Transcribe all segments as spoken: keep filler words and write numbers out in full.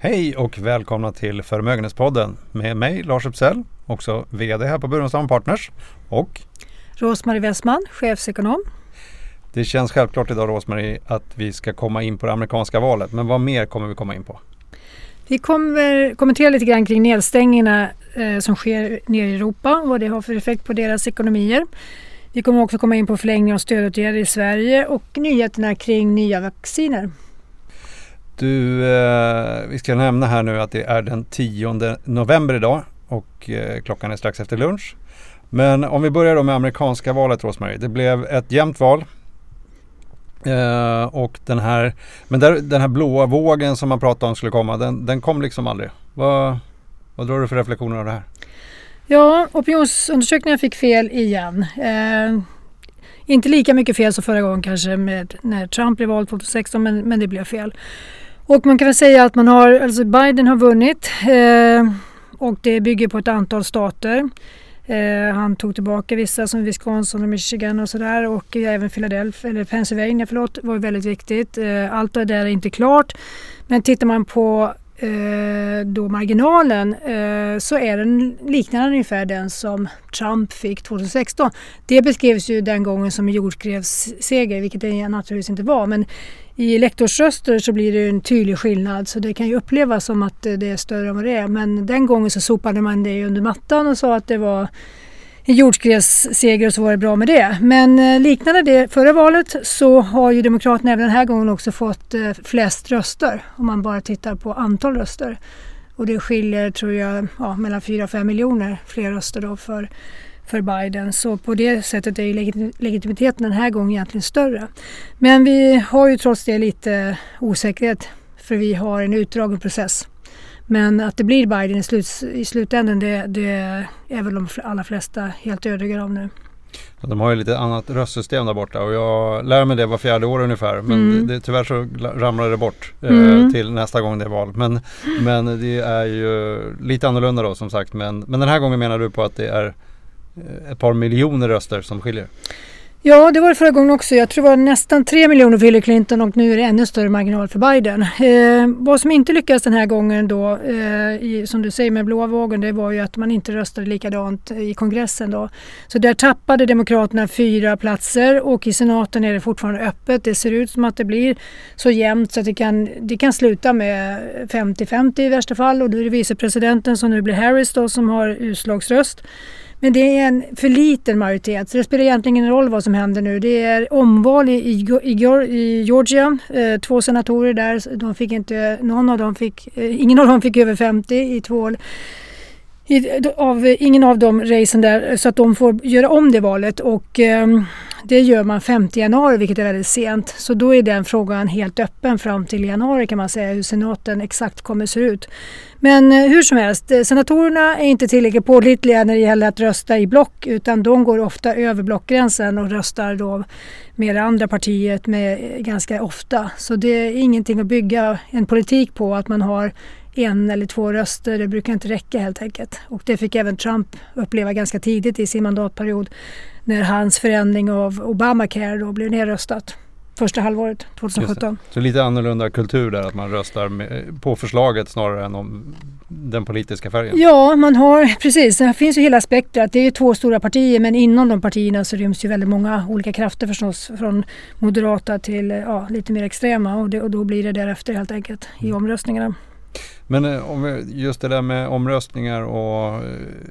Hej och välkomna till Förmögenhetspodden med mig Lars Uppsell, också vd här på Burenstam Partners, och Rosmarie Westman, chefsekonom. Det känns självklart idag, Rosmarie, att vi ska komma in på det amerikanska valet, men vad mer kommer vi komma in på? Vi kommer kommentera lite grann kring nedstängningarna eh, som sker nere i Europa och vad det har för effekt på deras ekonomier. Vi kommer också komma in på förlängning av stödåtgärder i Sverige och nyheterna kring nya vacciner. Du, eh, vi ska nämna här nu att det är den tionde november idag och eh, klockan är strax efter lunch. Men om vi börjar då med amerikanska valet, Rosmarie. Det blev ett jämnt val. Eh, och den här, men där, den här blåa vågen som man pratade om skulle komma, den, den kom liksom aldrig. Vad, vad drar du för reflektioner av det här? Ja, opinionsundersökningar fick fel igen. Eh, inte lika mycket fel som förra gången kanske med när Trump blev vald tjugohundrasexton, men, men det blev fel. Och man kan väl säga att man har, alltså Biden har vunnit eh, och det bygger på ett antal stater. Eh, han tog tillbaka vissa som Wisconsin och Michigan och sådär, och även Philadelphia eller Pennsylvania förlåt, var väldigt viktigt. Eh, allt det där är inte klart, men tittar man på eh, då marginalen eh, så är den liknande ungefär den som Trump fick tjugohundrasexton. Det beskrevs ju den gången som en jordskredsseger, vilket det naturligtvis inte var, men i elektorsröster så blir det en tydlig skillnad, så det kan ju upplevas som att det är större än vad det är. Men den gången så sopade man det under mattan och sa att det var en jordskredsseger och så var det bra med det. Men liknande det förra valet så har ju Demokraterna även den här gången också fått flest röster om man bara tittar på antal röster. Och det skiljer tror jag ja, mellan fyra och fem miljoner fler röster då för för Biden. Så på det sättet är ju legit- legitimiteten den här gången egentligen större. Men vi har ju trots det lite osäkerhet för vi har en utdragen process. Men att det blir Biden i, slut, i slutändan det, det är väl de allra flesta helt övertygade om nu. De har ju lite annat röstsystem där borta och jag lär mig det var fjärde år ungefär, men mm. det, det, tyvärr så ramlar det bort eh, mm. till nästa gång det är val. Men, men det är ju lite annorlunda då som sagt, men, men den här gången menar du på att det är ett par miljoner röster som skiljer? Ja, det var det förra gången också. Jag tror det var nästan tre miljoner för Hillary Clinton och nu är det ännu större marginal för Biden. Eh, vad som inte lyckades den här gången då, eh, i, som du säger med blåa vågen, det var ju att man inte röstade likadant i kongressen då. Så där tappade Demokraterna fyra platser och i senaten är det fortfarande öppet. Det ser ut som att det blir så jämnt så att det kan, det kan sluta med femtio femtio i värsta fall, och då är det vicepresidenten som nu blir Harris då som har utslagsröst. Men det är en för liten majoritet, så det spelar egentligen ingen roll vad som händer nu. Det är omval i, i, i Georgia, eh, två senatorer där, de fick inte, någon av dem fick, eh, ingen av dem fick över femtio i två i, av, ingen av dem racen där, så att de får göra om det valet, och eh, det gör man femte januari, vilket är väldigt sent. Så då är den frågan helt öppen fram till januari kan man säga, hur senaten exakt kommer se ut. Men eh, hur som helst, senatorerna är inte tillräckligt pålitliga när det gäller att rösta i block, utan de går ofta över blockgränsen och röstar då med det andra partiet med ganska ofta. Så det är ingenting att bygga en politik på att man har en eller två röster, det brukar inte räcka helt enkelt. Och det fick även Trump uppleva ganska tidigt i sin mandatperiod när hans förändring av Obamacare då blev nedröstat första halvåret tjugosjutton. Så lite annorlunda kultur där, att man röstar med, på förslaget snarare än om den politiska färgen. Ja, man har, precis. Det finns ju hela spektrat. Det är ju två stora partier, men inom de partierna så ryms ju väldigt många olika krafter förstås, från moderata till ja, lite mer extrema, och, det, och då blir det därefter helt enkelt i mm. omröstningarna. Men om vi, just det där med omröstningar och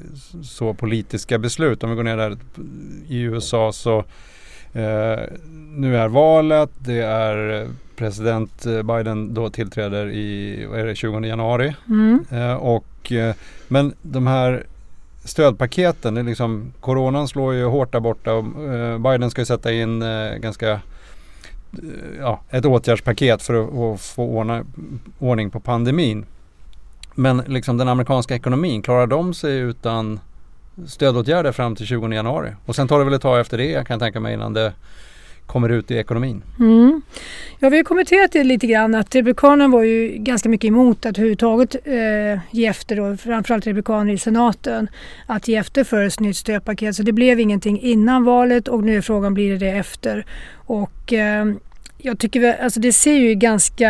så politiska beslut, om vi går ner där i U S A så eh, nu är valet, det är president Biden då tillträder i vad är det, tjugonde januari mm. eh, och eh, men de här stödpaketen, det är liksom, coronan slår ju hårt där borta och eh, Biden ska ju sätta in eh, ganska ja, ett åtgärdspaket för att, att få ordna, ordning på pandemin. Men liksom den amerikanska ekonomin, klarar de sig utan stödåtgärder fram till tjugonde januari? Och sen tar det väl ett tag efter det, jag kan tänka mig, innan det kommer ut i ekonomin. Mm. Ja, vi har kommenterat det lite grann att republikanerna var ju ganska mycket emot att överhuvudtaget eh, ge efter då, framförallt republikaner i senaten, att ge efter för ett nytt stödpaket. Så det blev ingenting innan valet och nu är frågan, blir det det efter? Och eh, jag tycker väl, alltså det ser ju ganska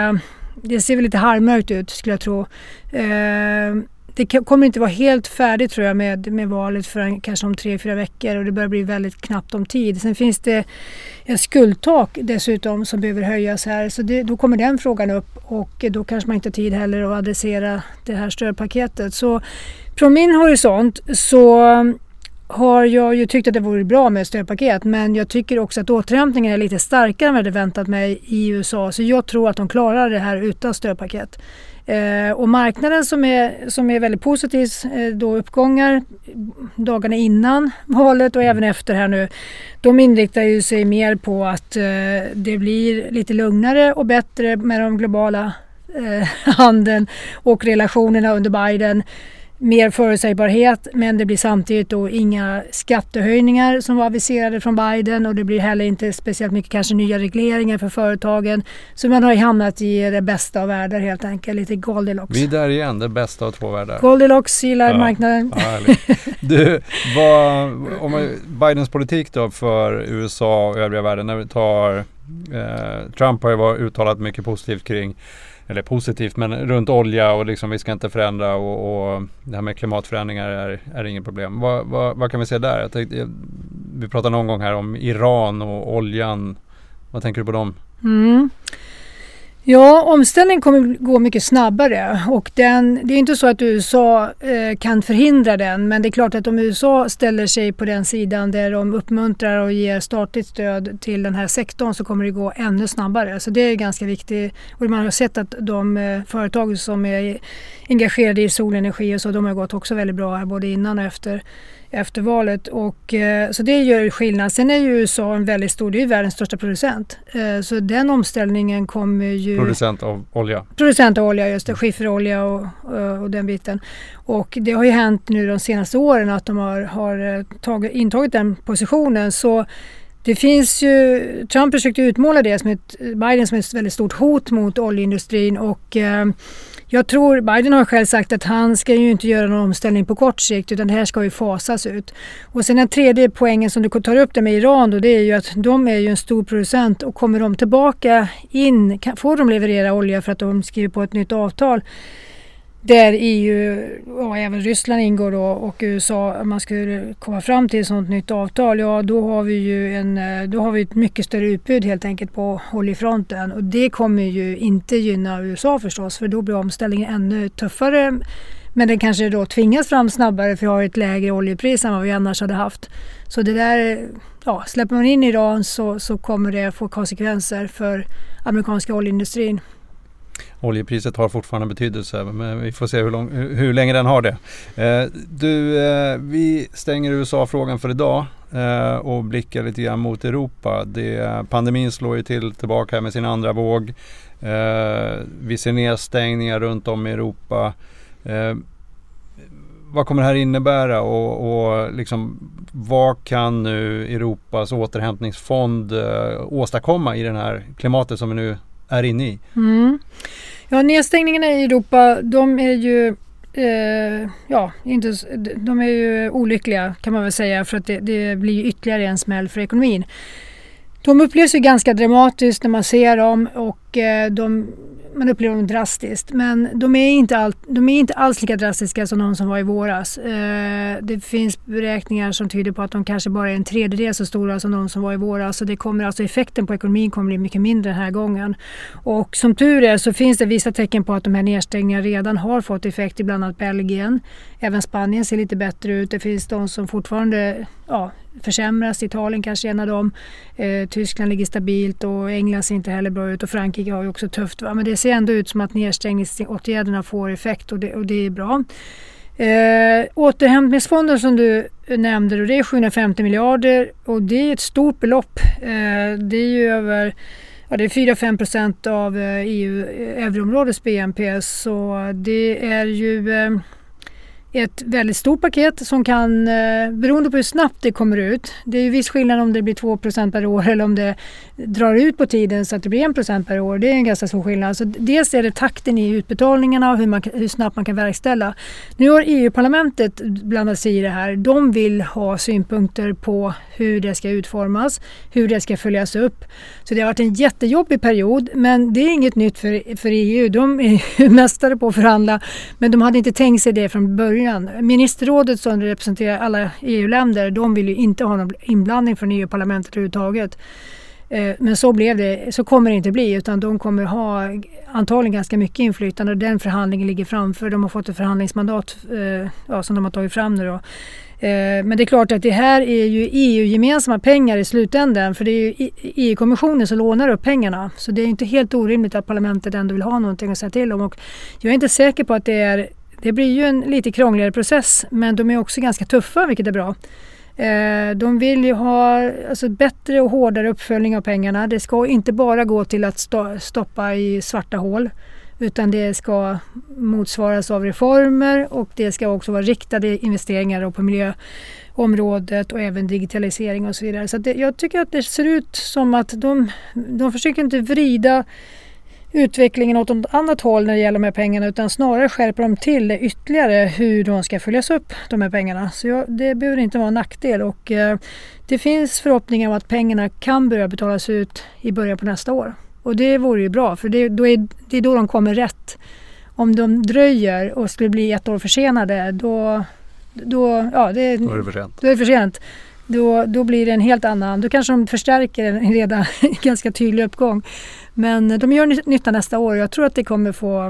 det ser väl lite halvmörkt ut skulle jag tro. Eh, det kommer inte vara helt färdigt tror jag med, med valet förrän kanske om tre, fyra veckor och det börjar bli väldigt knappt om tid. Sen finns det ett skuldtak dessutom som behöver höjas här så det, då kommer den frågan upp och då kanske man inte har tid heller att adressera det här stödpaketet. Så från min horisont så har jag ju tyckt att det vore bra med stödpaket men jag tycker också att återhämtningen är lite starkare än vad jag hade väntat mig i U S A så jag tror att de klarar det här utan stödpaket. Eh, och marknaden som är, som är väldigt positiv, eh, då uppgångar dagarna innan valet och även efter här nu, de inriktar ju sig mer på att eh, det blir lite lugnare och bättre med de globala eh, handeln och relationerna under Biden. Mer förutsägbarhet men det blir samtidigt då inga skattehöjningar som var aviserade från Biden och det blir heller inte speciellt mycket kanske nya regleringar för företagen. Så man har ju hamnat i det bästa av världar helt enkelt, lite Goldilocks. Vi är där igen, det bästa av två världar. Goldilocks gillar ja. marknaden. Ja, du, vad, om man, Bidens politik då för U S A och övriga världen, när vi tar eh, Trump har ju varit uttalat mycket positivt kring eller positivt, men runt olja och liksom vi ska inte förändra och, och det här med klimatförändringar är, är inget problem. Vad, vad, vad kan vi säga där? Jag tänkte, vi pratade någon gång här om Iran och oljan. Vad tänker du på dem? Mm. Ja, omställningen kommer gå mycket snabbare och den, det är inte så att U S A eh, kan förhindra den men det är klart att om U S A ställer sig på den sidan där de uppmuntrar och ger statligt stöd till den här sektorn så kommer det gå ännu snabbare. Så det är ganska viktigt och man har sett att de eh, företag som är engagerade i solenergi och så de har gått också väldigt bra här både innan och efter. efter valet och eh, så det gör skillnad. Sen är ju U S A en väldigt stor, det är ju världens största producent. Eh, så den omställningen kommer ju... Producent av olja. Producent av olja, just det, skifferolja och, och, och den biten. Och det har ju hänt nu de senaste åren att de har, har tagit, intagit den positionen så det finns ju, Trump försökte utmåla det som ett, Biden som ett väldigt stort hot mot oljeindustrin och eh, jag tror, Biden har själv sagt att han ska ju inte göra någon omställning på kort sikt utan det här ska ju fasas ut. Och sen den tredje poängen som du tar upp det med Iran då, det är ju att de är ju en stor producent och kommer de tillbaka in, kan, får de leverera olja för att de skriver på ett nytt avtal där E U och även Ryssland ingår då och U S A, om man skulle komma fram till ett sådant nytt avtal, ja då har vi ju en, då har vi ett mycket större utbud helt enkelt på oljefronten och det kommer ju inte gynna U S A förstås för då blir omställningen ännu tuffare men den kanske då tvingas fram snabbare för vi har ett lägre oljepris än vad vi annars hade haft. Så det där, ja, släpper man in Iran så, så kommer det få konsekvenser för amerikanska oljeindustrin. Oljepriset har fortfarande betydelse, men vi får se hur, lång, hur länge den har det. Eh, du, eh, vi stänger U S A-frågan för idag eh, och blickar lite grann mot Europa. Det, pandemin slår ju till tillbaka här med sin andra våg. Eh, vi ser nedstängningar runt om i Europa. Eh, vad kommer det här innebära och, och liksom, vad kan nu Europas återhämtningsfond eh, åstadkomma i den här klimatet som vi nu är inne i? Mm. Ja, nedstängningarna i Europa, de är ju eh, ja, inte, de är ju olyckliga kan man väl säga för att det, det blir ytterligare en smäll för ekonomin. De upplevs ju ganska dramatiskt när man ser dem och eh, de, man upplever dem drastiskt. Men de är, inte all, de är inte alls lika drastiska som de som var i våras. Eh, det finns beräkningar som tyder på att de kanske bara är en tredjedel så stora som de som var i våras. Så det kommer, alltså effekten på ekonomin kommer bli mycket mindre den här gången. Och som tur är så finns det vissa tecken på att de här nedstängningarna redan har fått effekt i bland annat Belgien. Även Spanien ser lite bättre ut. Det finns de som fortfarande ja, försämras. Italien kanske är en av dem. Eh, Tyskland ligger stabilt och England ser inte heller bra ut och Frankrike har ju också tufft. Va? Men det ser ändå ut som att nedstängningsåtgärderna får effekt och det, och det är bra. Eh, återhämtningsfonden som du nämnde, och det är sjuhundrafemtio miljarder och det är ett stort belopp. Eh, det är ju över ja, det är fyra till fem procent av E U, euroområdets B N P, så det är ju eh, ett väldigt stort paket som kan, eh, beroende på hur snabbt det kommer ut, det är ju viss skillnad om det blir två procent per år eller om det drar ut på tiden så att det blir en procent per år. Det är en ganska stor skillnad. Så dels är det takten i utbetalningarna och hur, man, hur snabbt man kan verkställa. Nu har E U-parlamentet blandat sig i det här. De vill ha synpunkter på hur det ska utformas, hur det ska följas upp. Så det har varit en jättejobbig period, men det är inget nytt för, för E U. De är mästare på att förhandla, men de hade inte tänkt sig det från början. Ministerrådet som representerar alla E U-länder, de vill ju inte ha någon inblandning från E U-parlamentet överhuvudtaget. Men så blev det, så kommer det inte bli, utan de kommer ha antagligen ganska mycket inflytande och den förhandlingen ligger framför. De har fått ett förhandlingsmandat ja, som de har tagit fram nu då. Men det är klart att det här är ju E U-gemensamma pengar i slutändan, för det är ju E U-kommissionen som lånar upp pengarna. Så det är inte helt orimligt att parlamentet ändå vill ha någonting att säga till om, och jag är inte säker på att det är Det blir ju en lite krångligare process, men de är också ganska tuffa, vilket är bra. Eh, de vill ju ha alltså, bättre och hårdare uppföljning av pengarna. Det ska inte bara gå till att sto- stoppa i svarta hål, utan det ska motsvaras av reformer och det ska också vara riktade investeringar på miljöområdet och även digitalisering och så vidare. Så det, jag tycker att det ser ut som att de, de försöker inte vrida utvecklingen åt ett annat håll när det gäller de här pengarna, utan snarare skärper de till ytterligare hur de ska följas upp, de här pengarna. Så jag, det behöver inte vara en nackdel, och eh, det finns förhoppningar om att pengarna kan börja betalas ut i början på nästa år. Och det vore ju bra, för det, då är, det är då de kommer rätt. Om de dröjer och skulle bli ett år försenade, då, då, ja, det, då är det för sent. Då är det för sent. Då, då blir det en helt annan, då kanske de förstärker en redan ganska tydlig uppgång. Men de gör nytta nästa år. Jag tror att det kommer få,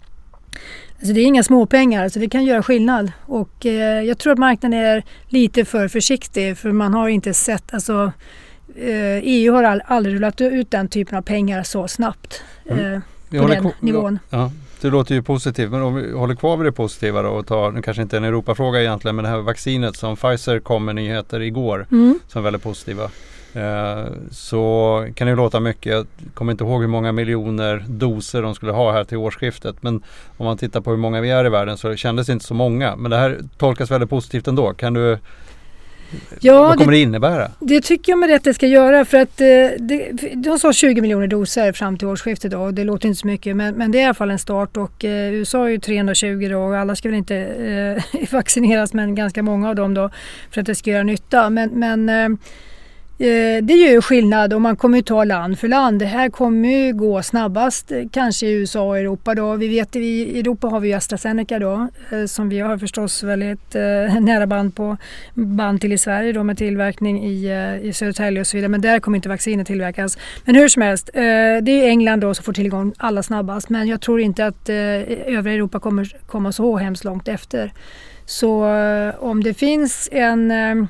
alltså det är inga småpengar, så det kan göra skillnad. Och eh, jag tror att marknaden är lite för försiktig, för man har inte sett, alltså eh, E U har all, aldrig rullat ut den typen av pengar så snabbt eh, mm. på den ko- nivån. Ja. Det låter ju positivt, men om vi håller kvar vid det positiva då och tar, nu kanske inte en Europafråga egentligen, men det här vaccinet som Pfizer kom med nyheter igår mm. som är väldigt positiva. Eh, så kan det ju låta mycket, jag kommer inte ihåg hur många miljoner doser de skulle ha här till årsskiftet, men om man tittar på hur många vi är i världen så kändes det inte så många, men det här tolkas väldigt positivt ändå. Kan du Ja, vad kommer det, det innebära? Det tycker jag med rätt det ska göra, för att eh, det, de sa tjugo miljoner doser fram till årsskiftet då, och det låter inte så mycket, men, men det är i alla fall en start, och eh, U S A är ju trehundratjugo då, och alla ska väl inte eh, vaccineras, men ganska många av dem då för att det ska göra nytta. Men, men eh, det gör ju skillnad, och man kommer ju ta land för land. Det här kommer ju gå snabbast, kanske i U S A och Europa då. Vi vet att i Europa har vi AstraZeneca då, som vi har förstås väldigt eh, nära band på band till i Sverige då, med tillverkning i, i Södertälje och så vidare. Men där kommer inte vacciner tillverkas. Men hur som helst, eh, det är England då som får tillgång alla snabbast. Men jag tror inte att eh, övriga Europa kommer komma så hemskt långt efter. Så eh, om det finns en eh,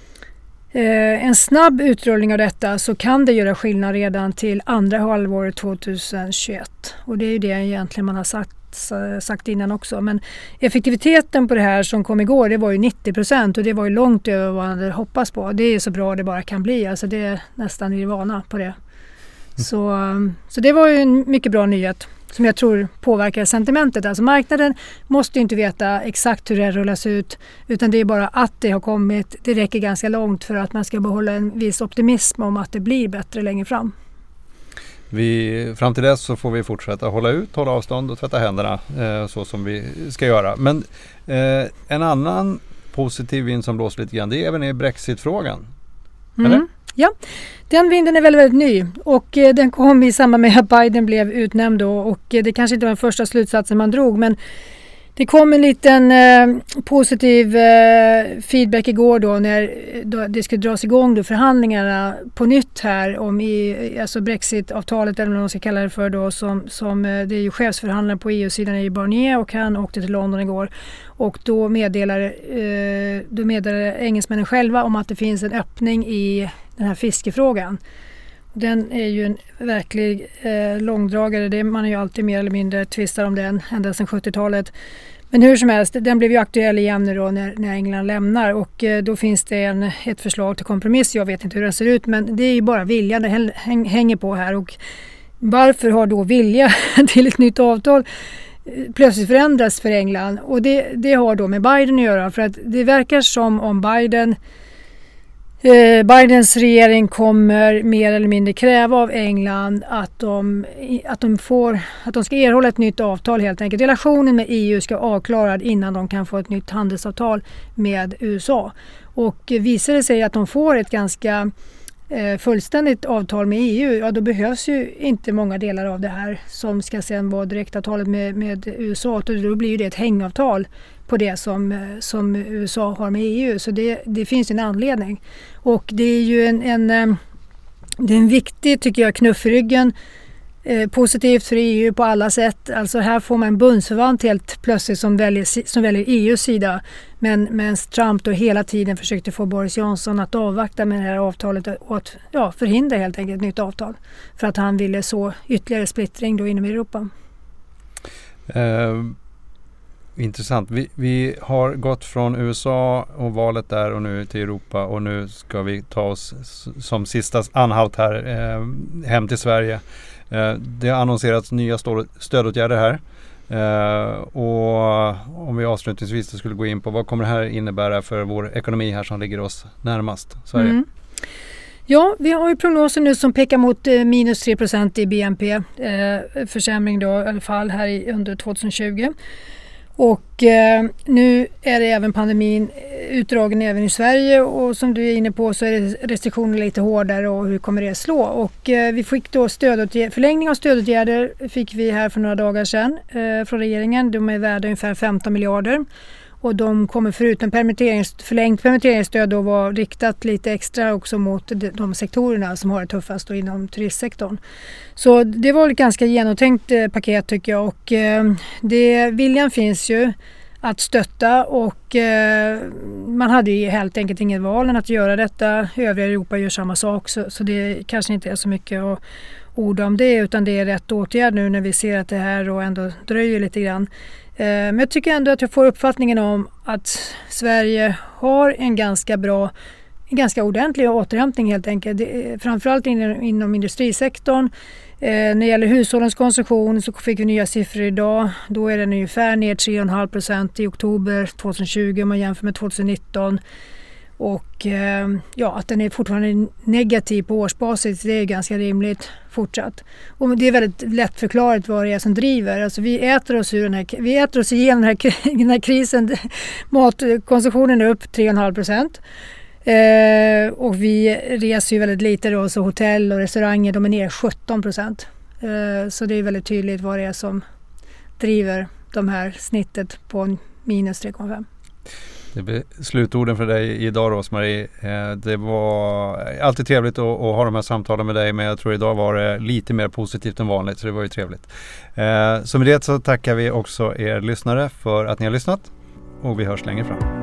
Eh, en snabb utrullning av detta, så kan det göra skillnad redan till andra halvåret tjugohundratjugoett. Och det är ju det egentligen man har sagt, sagt innan också. Men effektiviteten på det här som kom igår, det var ju nittio procent, och det var ju långt över vad man hade hoppats på. Det är så bra det bara kan bli. Alltså det är nästan nirvana på det. Mm. Så, så det var ju en mycket bra nyhet som jag tror påverkar sentimentet. Alltså marknaden måste ju inte veta exakt hur det rullas ut, utan det är bara att det har kommit. Det räcker ganska långt för att man ska behålla en viss optimism om att det blir bättre längre fram. Vi, fram till dess så får vi fortsätta hålla ut, hålla avstånd och tvätta händerna eh, så som vi ska göra. Men eh, en annan positiv vind som blåser lite grann, det är även i Brexit-frågan. Mm. Eller? Ja, den vinden är väldigt, väldigt ny, och eh, den kom i samband med att Biden blev utnämnd då, och eh, det kanske inte var den första slutsatsen man drog, men det kom en liten eh, positiv eh, feedback igår då när då det skulle dras igång då förhandlingarna på nytt här om i, alltså Brexit-avtalet, eller vad man ska kalla det för då, som, som eh, det är ju chefsförhandlare på E U-sidan i Barnier, och han åkte till London igår, och då meddelar, eh, då meddelar engelsmännen själva om att det finns en öppning i den här fiskefrågan. Den är ju en verklig eh, långdragare. Det, man är ju alltid mer eller mindre tvistar om den ända sedan sjuttiotalet. Men hur som helst, den blev ju aktuell igen nu då när, när England lämnar, och eh, då finns det en, ett förslag till kompromiss. Jag vet inte hur den ser ut, men det är ju bara viljan det häng, hänger på här. Och varför har då vilja till ett nytt avtal? plötsligt förändras för England. Och det, det har då med Biden att göra, för att det verkar som om Biden eh, Bidens regering kommer mer eller mindre kräva av England att de, att de får att de ska erhålla ett nytt avtal helt enkelt. Relationen med E U ska vara avklarad innan de kan få ett nytt handelsavtal med U S A. Och visar det sig att de får ett ganska fullständigt avtal med E U, ja då behövs ju inte många delar av det här som ska sedan vara direktavtalet med, med U S A, och då blir det ett hängavtal på det som, som U S A har med E U, så det, det finns en anledning. Och det är ju en, en, det är en viktig, tycker jag, knuff i ryggen. Eh, positivt för E U på alla sätt. Alltså här får man en bundsförvant helt plötsligt som väljer, som väljer E U:s sida. Men medan Trump då hela tiden försökte få Boris Johnson att avvakta med det här avtalet och att ja, förhindra helt enkelt ett nytt avtal. För att han ville så ytterligare splittring då inom Europa. Uh, intressant. Vi, vi har gått från U S A och valet där och nu till Europa, och nu ska vi ta oss som sista anhalt här uh, hem till Sverige. Det har annonserats nya stödåtgärder här, och om vi avslutningsvis skulle gå in på vad kommer det här innebära för vår ekonomi här som ligger oss närmast Sverige? Mm. Ja, vi har ju prognoser nu som pekar mot minus tre procent i B N P, försämring då i alla fall här i, under tjugohundratjugo. Och eh, nu är det även pandemin utdragen även i Sverige, och som du är inne på så är restriktioner lite hårdare, och hur kommer det slå? Och eh, vi fick då stödåtgärder, förlängning av stödåtgärder fick vi här för några dagar sedan eh, från regeringen. De är värda ungefär femton miljarder. Och de kommer förutom permitterings, förlängt permitteringsstöd då vara riktat lite extra också mot de, de sektorerna som har det tuffast då inom turistsektorn. Så det var ett ganska genomtänkt eh, paket tycker jag, och eh, det, viljan finns ju att stötta, och eh, man hade ju helt enkelt inget val än att göra detta. Övriga Europa gör samma sak, så, så det kanske inte är så mycket att orda om det, utan det är rätt åtgärd nu när vi ser att det här och ändå dröjer lite grann. Men jag tycker ändå att jag får uppfattningen om att Sverige har en ganska bra, en ganska ordentlig återhämtning helt enkelt. Det, framförallt inom, inom industrisektorn. Eh, när det gäller hushållens konsumtion så fick vi nya siffror idag. Då är den ungefär ner tre komma fem procent i oktober tjugohundratjugo om man jämför med tjugonitton. Och eh, ja, att den är fortfarande negativ på årsbasis, det är ganska rimligt fortsatt. Och det är väldigt lätt förklarat vad det är som driver. Alltså vi äter oss ur den här, vi äter oss igenom den här, den här krisen. Matkonsumtionen är upp tre komma fem procent. Eh, och vi reser ju väldigt lite då, så hotell och restauranger de är ner sjutton procent. Eh, så det är väldigt tydligt vad det är som driver de här snittet på minus tre komma fem. Det blir slutorden för dig idag, Rose-Marie. Det var alltid trevligt att, att ha de här samtalen med dig, men jag tror idag var det lite mer positivt än vanligt, så det var ju trevligt. Så med det så tackar vi också er lyssnare för att ni har lyssnat, och vi hörs längre fram.